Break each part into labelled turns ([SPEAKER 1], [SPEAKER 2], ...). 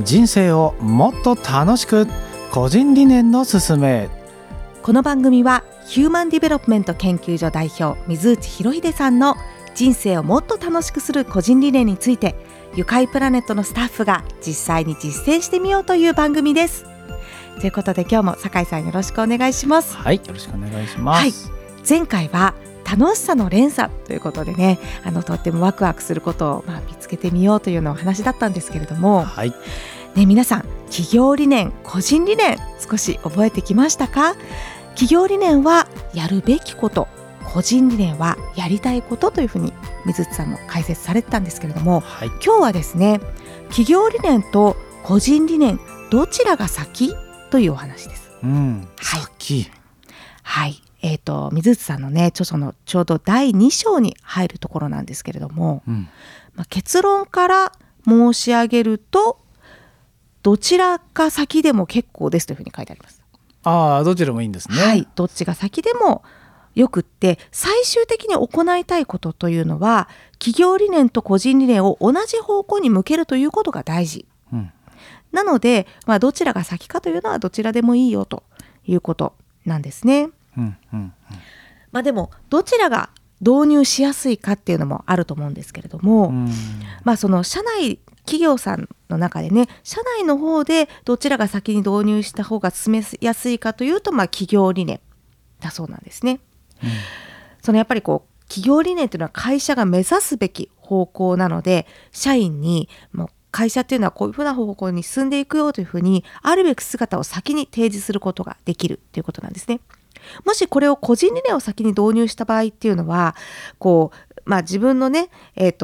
[SPEAKER 1] 人生をもっと楽しく、個人理念の進め。
[SPEAKER 2] この番組はヒューマンディベロップメント研究所代表水内博秀さんの人生をもっと楽しくする個人理念について、ゆかいプラネットのスタッフが実際に実践してみようという番組です。ということで今日も酒井さんよろしくお願いします。
[SPEAKER 1] はい、よろしくお願いします。
[SPEAKER 2] はい、前回は楽しさの連鎖ということでね、とってもワクワクすることを見つけてみようというようなお話だったんですけれども、
[SPEAKER 1] はい
[SPEAKER 2] ね、皆さん企業理念、個人理念少し覚えてきましたか？企業理念はやるべきこと、個人理念はやりたいことというふうに水内さんも解説されてたんですけれども、
[SPEAKER 1] はい、
[SPEAKER 2] 今日はですね、企業理念と個人理念どちらが先というお話です。はい、
[SPEAKER 1] 先。
[SPEAKER 2] はい、水内さんのね著書のちょうど第2章に入るところなんですけれども、結論から申し上げるとどちらが先でも結構ですというふうに書いてあります。
[SPEAKER 1] どちらもいいんですね。
[SPEAKER 2] はい、どっちが先でもよくって、最終的に行いたいことというのは企業理念と個人理念を同じ方向に向けるということが大事、なので、どちらが先かというのはどちらでもいいよということなんですね。でもどちらが導入しやすいかっていうのもあると思うんですけれども、その社内企業さんの中でね、社内の方でどちらが先に導入した方が進めやすいかというと、企業理念だそうなんですね。そのやっぱり企業理念というのは会社が目指すべき方向なので、社員にもう会社っていうのはこういうふうな方向に進んでいくよというふうにあるべき姿を先に提示することができるということなんですね。もしこれを個人理念を先に導入した場合っていうのは自分のね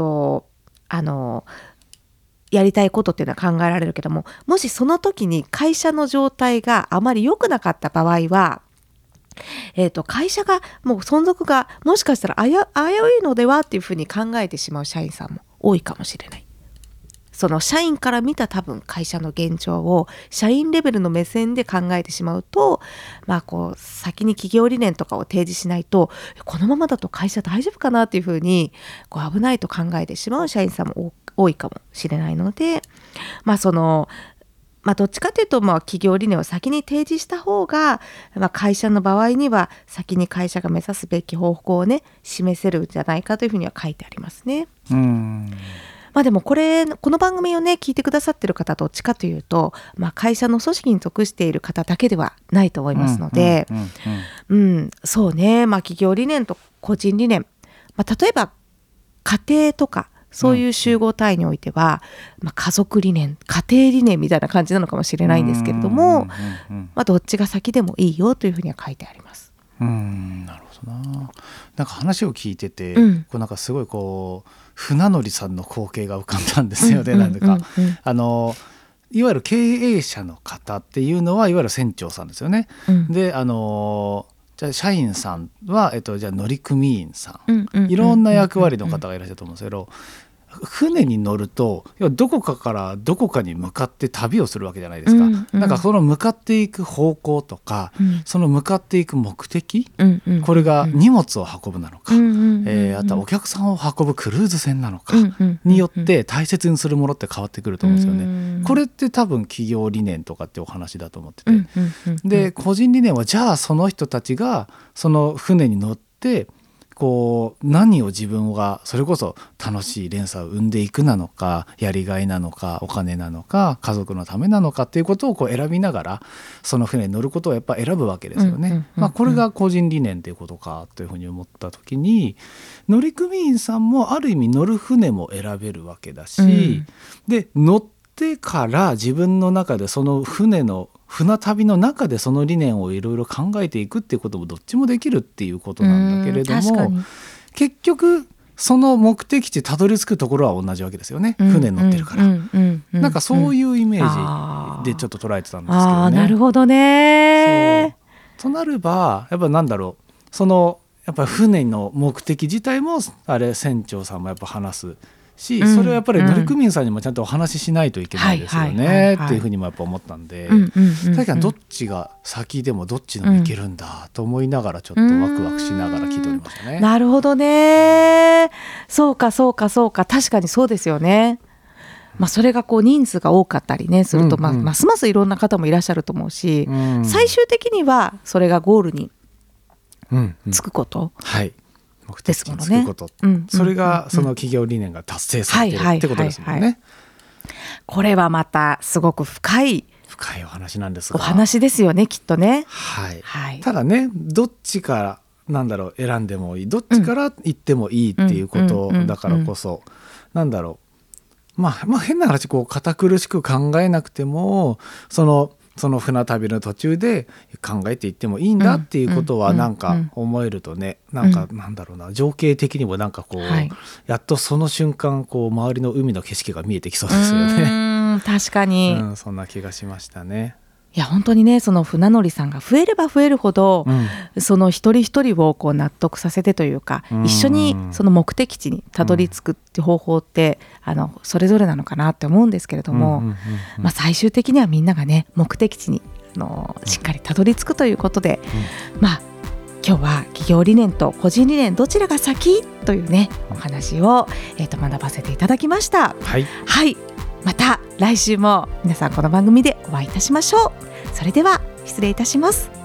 [SPEAKER 2] やりたいことっていうのは考えられるけども、もしその時に会社の状態があまり良くなかった場合は、会社がもう存続がもしかしたら危ういのではっていうふうに考えてしまう社員さんも多いかもしれない。その社員から見た多分会社の現状を社員レベルの目線で考えてしまうと、先に企業理念とかを提示しないと、このままだと会社大丈夫かなっていうふうに危ないと考えてしまう社員さんも多いかもしれないので、どっちかというと企業理念を先に提示した方が、会社の場合には先に会社が目指すべき方向をね示せるんじゃないかというふうには書いてありますね。でもこの番組をね聞いてくださってる方どっちかというと、会社の組織に属している方だけではないと思いますので、そうね、企業理念と個人理念、例えば家庭とかそういう集合体においては、家族理念、家庭理念みたいな感じなのかもしれないんですけれども、どっちが先でもいいよというふうには書いてあります。
[SPEAKER 1] なるほどな。なんか話を聞いてて、なんかすごい船乗さんの光景が浮かんだんですよね。いわゆる経営者の方っていうのはいわゆる船長さんですよね。でじゃあ社員さんは、じゃあ乗組員さん、いろんな役割の方がいらっしゃると思うんですけど、船に乗るとどこかからどこかに向かって旅をするわけじゃないですか。なんかその向かっていく方向とか、その向かっていく目的、これが荷物を運ぶなのか、あとはお客さんを運ぶクルーズ船なのかによって大切にするものって変わってくると思うんですよね。これって多分企業理念とかってお話だと思ってて、で個人理念はじゃあその人たちがその船に乗って何を自分がそれこそ楽しい連鎖を生んでいくなのか、やりがいなのか、お金なのか、家族のためなのかっていうことを選びながらその船に乗ることをやっぱ選ぶわけですよね。これが個人理念っていうことかというふうに思った時に、乗組員さんもある意味乗る船も選べるわけだし、で乗ってから自分の中でその船旅の中でその理念をいろいろ考えていくっていうこともどっちもできるっていうことなんだけれども、結局その目的地たどり着くところは同じわけですよね。船に乗ってるから、なんかそういうイメージでちょっと捉えてたんですけどね。
[SPEAKER 2] なるほどね。
[SPEAKER 1] となればやっぱやっぱり船の目的自体も船長さんもやっぱ話すし、それはやっぱり乗組員さんにもちゃんとお話ししないといけないですよねっていうふうにもやっぱ思ったんで、確かにどっちが先でもどっちでもいけるんだと思いながらちょっとワクワクしながら聞いておりましたね。
[SPEAKER 2] なるほどね。そうか確かにそうですよね。 それがこう人数が多かったりねすると、ますますいろんな方もいらっしゃると思うし、最終的にはそれがゴールにつくこと、
[SPEAKER 1] 目的地につくこと、それがその企業理念が達成されてるってことですもんね。
[SPEAKER 2] これはまたすごく深い
[SPEAKER 1] お話なんですが、
[SPEAKER 2] お話ですよね、きっとね。
[SPEAKER 1] ただね、どっちから選んでもいい、どっちから行ってもいいっていうことだからこそ、変な話、こう堅苦しく考えなくてもその船旅の途中で考えていってもいいんだっていうことは思えるとね、情景的にもやっとその瞬間周りの海の景色が見えてきそうですよね。
[SPEAKER 2] 確かに、
[SPEAKER 1] そんな気がしましたね。
[SPEAKER 2] いや本当にね、その船乗りさんが増えれば増えるほど、その一人一人を納得させてというか、一緒にその目的地にたどり着くって方法って、それぞれなのかなって思うんですけれども、最終的にはみんながね目的地にしっかりたどり着くということで、今日は企業理念と個人理念どちらが先というねお話を、学ばせていただきました。また来週も皆さんこの番組でお会いいたしましょう。それでは失礼いたします。